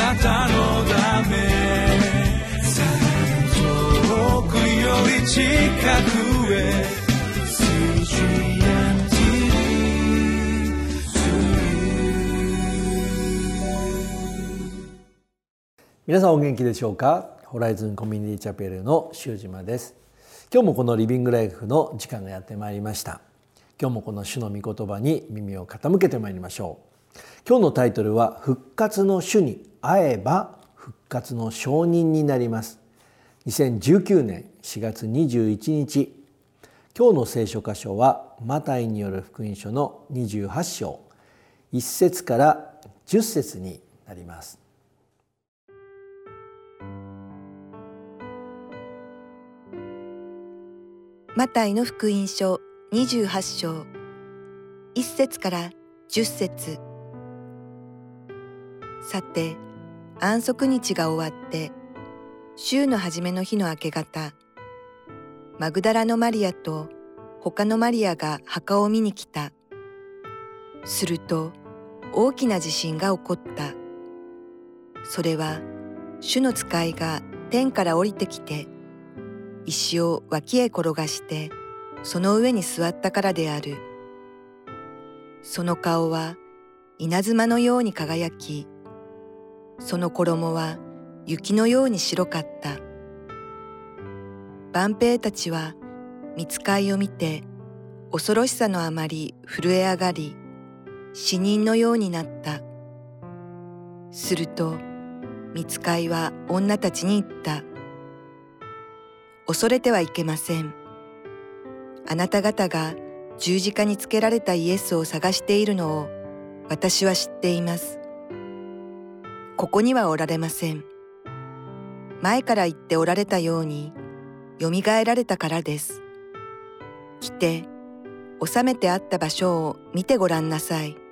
なたのため遠くより近くへ皆さんお元気でしょうか。ホライズンコミュニティチャペルの修島です。今日もこのリビングライフの時間がやってまいりました。今日もこの主の御言葉に耳を傾けてまいりましょう。今日のタイトルは復活の主に会えば復活の証人になります。2019年4月21日、今日の聖書箇所はマタイによる福音書の28章1節から10節になります。 マタイの福音書28章1節から10節。さて、安息日が終わって週の初めの日の明け方、マグダラのマリアと他のマリアが墓を見に来た。すると大きな地震が起こった。それは主の使いが天から降りてきて石を脇へ転がしてその上に座ったからである。その顔は稲妻のように輝き、その衣は雪のように白かった。万兵たちは御使いを見て恐ろしさのあまり震え上がり、死人のようになった。すると御使いは女たちに言った。恐れてはいけません。あなた方が十字架につけられたイエスを探しているのを私は知っています。ここにはおられません。前から言っておられたようによみがえられたからです。来て収めてあった場所を見てごらんなさい。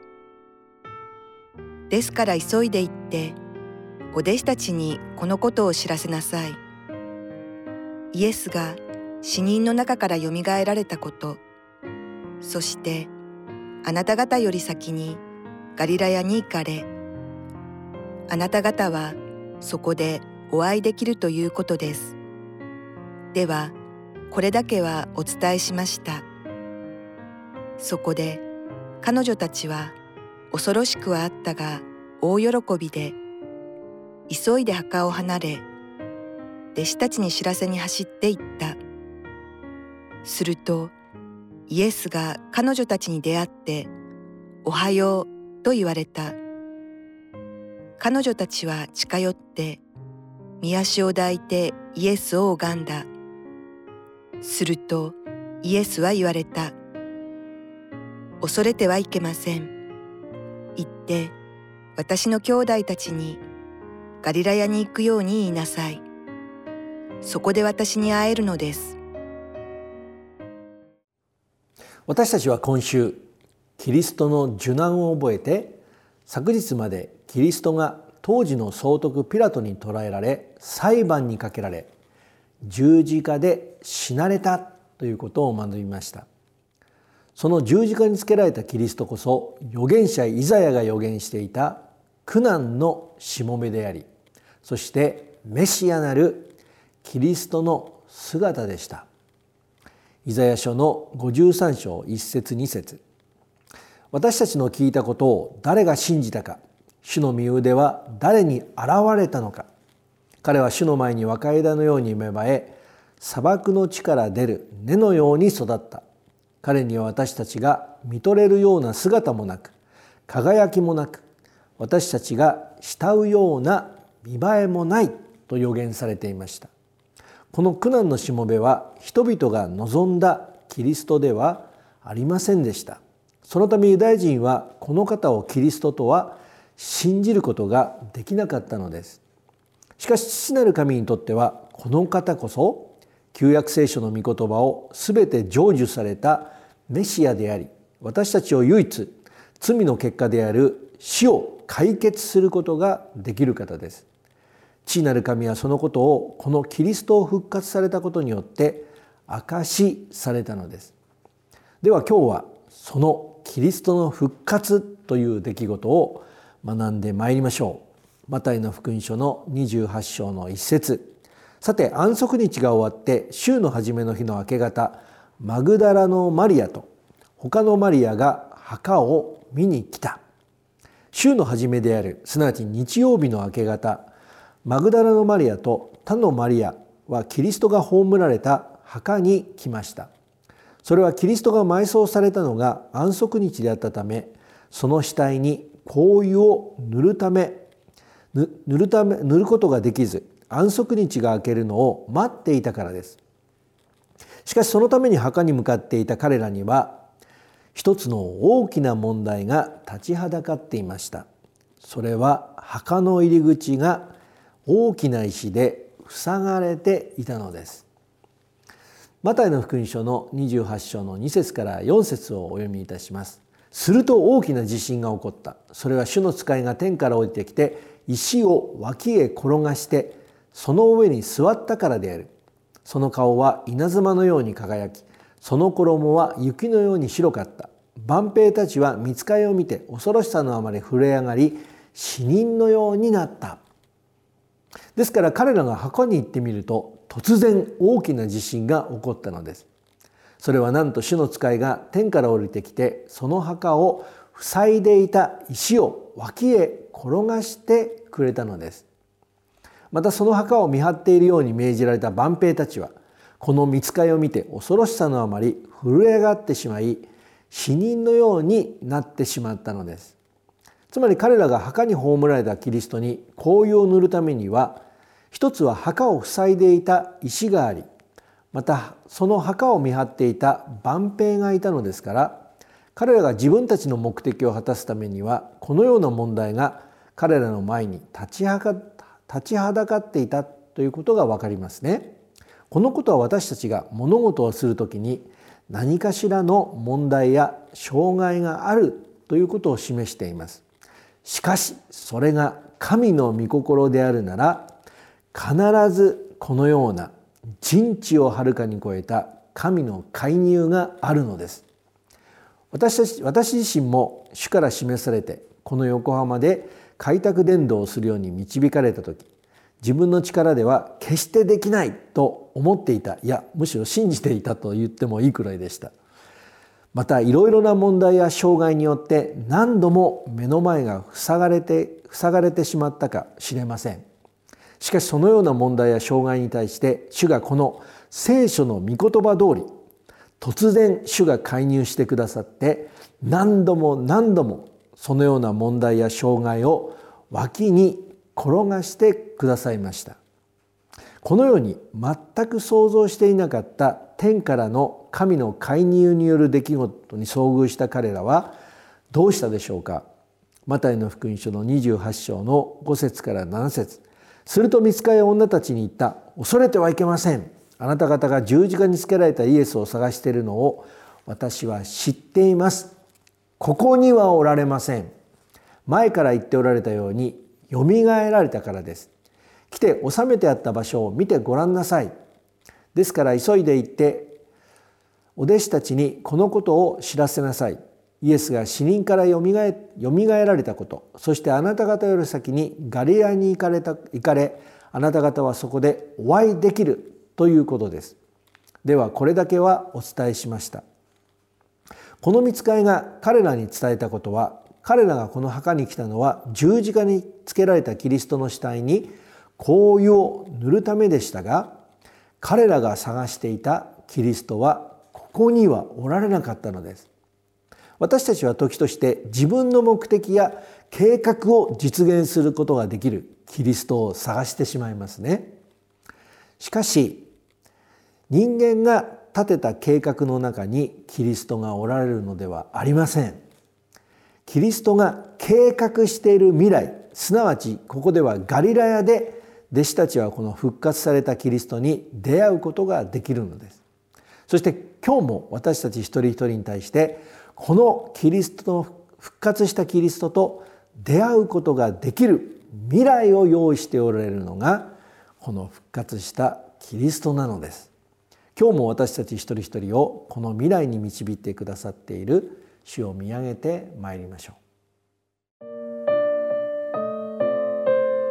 ですから急いで行ってお弟子たちにこのことを知らせなさい。イエスが死人の中からよみがえられたこと、そしてあなた方より先にガリラヤに行かれ、あなた方はそこでお会いできるということです。ではこれだけはお伝えしました。そこで彼女たちは恐ろしくはあったが大喜びで急いで墓を離れ、弟子たちに知らせに走って行った。するとイエスが彼女たちに出会っておはようと言われた。彼女たちは近寄って御足を抱いてイエスを拝んだ。するとイエスは言われた。恐れてはいけません。行って私の兄弟たちにガリラヤに行くように言いなさい。そこで私に会えるのです。 私たちは今週キリストの受難を覚えて、昨日までキリストが当時の総督ピラトに捕らえられ裁判にかけられ十字架で死なれたということを学びました。その十字架につけられたキリストこそ預言者イザヤが預言していた苦難のしもべであり、そしてメシアなるキリストの姿でした。イザヤ書の53章1節2節。私たちの聞いたことを誰が信じたか、主の御腕は誰に現れたのか。彼は主の前に若枝のように芽生え、砂漠の地から出る根のように育った。彼には私たちが見とれるような姿もなく、輝きもなく、私たちが慕うような見栄えもないと予言されていました。この苦難のしもべは人々が望んだキリストではありませんでした。そのためユダヤ人はこの方をキリストとは信じることができなかったのです。しかし父なる神にとってはこの方こそ旧約聖書の御言葉をすべて成就されたメシアであり、私たちを唯一罪の結果である死を解決することができる方です。父なる神はそのことをこのキリストを復活されたことによって証しされたのです。では今日はそのキリストの復活という出来事を学んでまいりましょう。 マタイの福音書の28章の1節。さて安息日が終わって週の初めの日の明け方、マグダラのマリアと他のマリアが墓を見に来た。週の初めである、すなわち日曜日の明け方、マグダラのマリアと他のマリアはキリストが葬られた墓に来ました。それはキリストが埋葬されたのが安息日であったため、その死体に香油を塗ることができず、安息日が明けるのを待っていたからです。しかしそのために墓に向かっていた彼らには一つの大きな問題が立ちはだかっていました。それは墓の入り口が大きな石で塞がれていたのです。マタイの福音書の28章の2節から4節をお読みいたします。すると大きな地震が起こった。それは主の使いが天から降りてきて石を脇へ転がしてその上に座ったからである。その顔は稲妻のように輝き、その衣は雪のように白かった。万兵たちは御使いを見て恐ろしさのあまり震え上がり、死人のようになった。ですから彼らが墓に行ってみると、突然大きな地震が起こったのです。それはなんと主の使いが天から降りてきて、その墓を塞いでいた石を脇へ転がしてくれたのです。またその墓を見張っているように命じられた万兵たちは、この御使いを見て恐ろしさのあまり震え上がってしまい、死人のようになってしまったのです。つまり彼らが墓に葬られたキリストに香油を塗るためには、一つは墓を塞いでいた石があり、またその墓を見張っていた万兵がいたのですから、彼らが自分たちの目的を果たすためには、このような問題が彼らの前に立ちはだかっていたということが分かりますね。このことは私たちが物事をするときに何かしらの問題や障害があるということを示しています。しかしそれが神の御心であるなら、必ずこのような人知をはるかに超えた神の介入があるのです。私自身も主から示されて、この横浜で開拓伝道をするように導かれた時、自分の力では決してできないと思っていた、いやむしろ信じていたと言ってもいいくらいでした。またいろいろな問題や障害によって何度も目の前が塞がれてしまったかしれません。しかしそのような問題や障害に対して主がこの聖書の御言葉通り、突然主が介入してくださって、何度も何度もそのような問題や障害を脇に転がしてくださいました。このように全く想像していなかった天からの神の介入による出来事に遭遇した彼らはどうしたでしょうか。マタイの福音書の28章の5節から7節。すると御使いは女たちに言った。恐れてはいけません。あなた方が十字架につけられたイエスを探しているのを私は知っています。ここにはおられません。前から言っておられたようによみがえられたからです。来て収めてあった場所を見てごらんなさい。ですから急いで行ってお弟子たちにこのことを知らせなさい。イエスが死人からよみがえられたこと、そしてあなた方より先にガリラヤに行かれ、あなた方はそこでお会いできるということです。ではこれだけはお伝えしました。この御使いが彼らに伝えたことは、彼らがこの墓に来たのは十字架につけられたキリストの死体に香油を塗るためでしたが、彼らが探していたキリストはここにはおられなかったのです。私たちは時として自分の目的や計画を実現することができるキリストを探してしまいますね。しかし人間が立てた計画の中にキリストがおられるのではありません。キリストが計画している未来、すなわちここではガリラヤで弟子たちはこの復活されたキリストに出会うことができるのです。そして今日も私たち一人一人に対してこのキリストの復活したキリストと出会うことができる未来を用意しておられるのがこの復活したキリストなのです。今日も私たち一人一人をこの未来に導いてくださっている主を見上げてまいりましょう。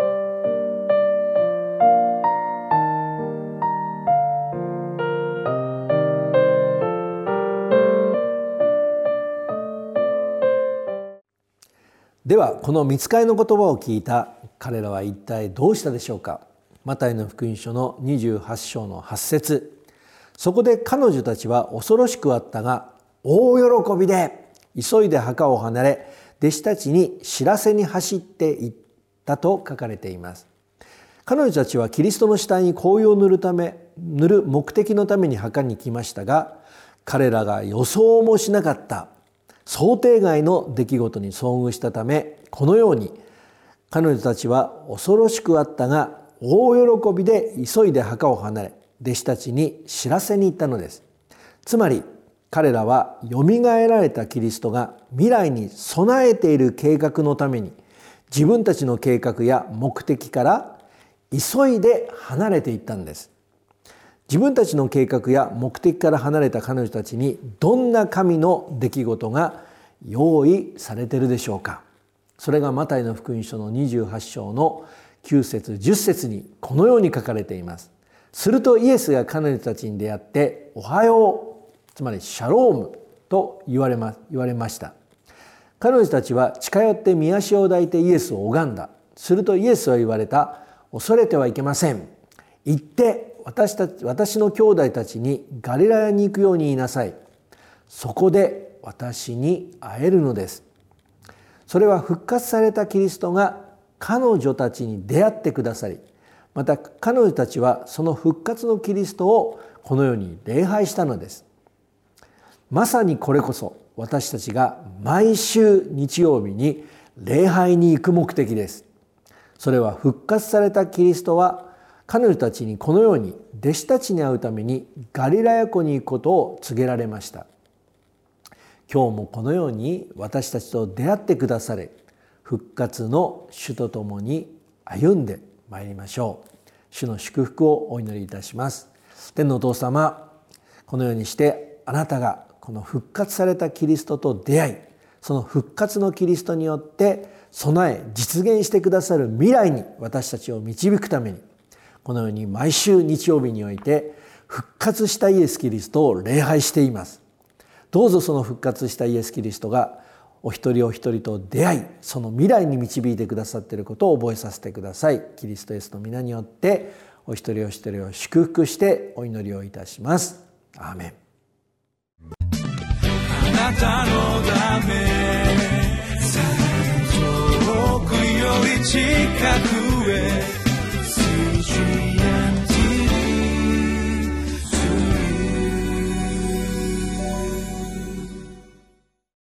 ではこの御使いの言葉を聞いた彼らは一体どうしたでしょうか。マタイの福音書の28章の8節、そこで彼女たちは恐ろしくあったが大喜びで急いで墓を離れ、弟子たちに知らせに走っていったと書かれています。彼女たちはキリストの死体に香油を塗る目的のために墓に来ましたが、彼らが予想もしなかった想定外の出来事に遭遇したため、このように彼女たちは恐ろしくあったが大喜びで急いで墓を離れ、弟子たちに知らせに行ったのです。つまり彼らはよみがえられたキリストが未来に備えている計画のために、自分たちの計画や目的から急いで離れていったんです。自分たちの計画や目的から離れた彼女たちにどんな神の出来事が用意されているでしょうか。それがマタイの福音書の28章の9節10節にこのように書かれています。するとイエスが彼女たちに出会っておはよう、つまりシャロームと言われました。彼女たちは近寄って御足を抱いてイエスを拝んだ。するとイエスは言われた。恐れてはいけません。行って私の兄弟たちにガリラヤに行くように言いなさい。そこで私に会えるのです。それは復活されたキリストが彼女たちに出会ってくださり、また彼女たちはその復活のキリストをこのように礼拝したのです。まさにこれこそ私たちが毎週日曜日に礼拝に行く目的です。それは復活されたキリストは彼女たちにこのように弟子たちに会うためにガリラヤ湖に行くことを告げられました。今日もこのように私たちと出会ってくだされ、復活の主と共に歩んでまいりましょう。主の祝福をお祈りいたします。天のお父様、このようにしてあなたがこの復活されたキリストと出会い、その復活のキリストによって備え実現してくださる未来に私たちを導くために、このように毎週日曜日において復活したイエス・キリストを礼拝しています。どうぞその復活したイエス・キリストがお一人お一人と出会い、その未来に導いてくださっていることを覚えさせてください。キリストイエスの皆によってお一人お一人を祝福してお祈りをいたします。アーメン。 あなたのため遠くより近く